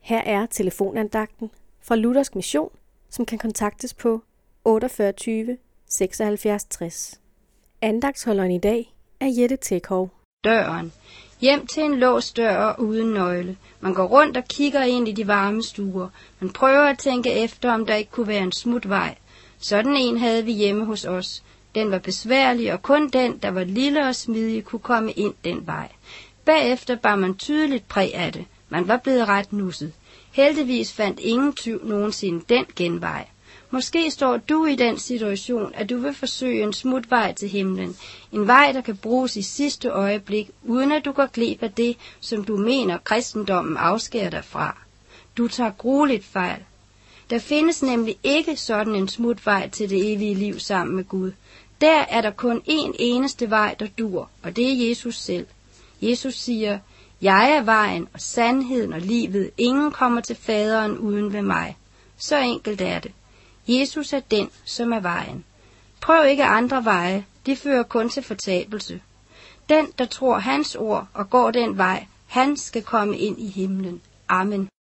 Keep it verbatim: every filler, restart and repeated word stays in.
Her er telefonandagten fra Luthersk Mission, som kan kontaktes på otteogfyrre tyve seksoghalvfjerds tres. Andagtsholderen i dag er Jette Tekhov. Døren. Hjem til en låst dør og uden nøgle. Man går rundt og kigger ind i de varme stuer. Man prøver at tænke efter, om der ikke kunne være en smutvej. Sådan en havde vi hjemme hos os. Den var besværlig, og kun den, der var lille og smidig, kunne komme ind den vej. Bagefter bar man tydeligt præg af det. Man var blevet ret nusset. Heldigvis fandt ingen tyv nogensinde den genvej. Måske står du i den situation, at du vil forsøge en smutvej til himlen. En vej, der kan bruges i sidste øjeblik, uden at du går glip af det, som du mener kristendommen afskærer dig fra. Du tager grueligt fejl. Der findes nemlig ikke sådan en smutvej til det evige liv sammen med Gud. Der er der kun én eneste vej, der dur, og det er Jesus selv. Jesus siger, jeg er vejen og sandheden og livet. Ingen kommer til faderen uden ved mig. Så enkelt er det. Jesus er den, som er vejen. Prøv ikke andre veje, de fører kun til fortabelse. Den, der tror hans ord og går den vej, han skal komme ind i himlen. Amen.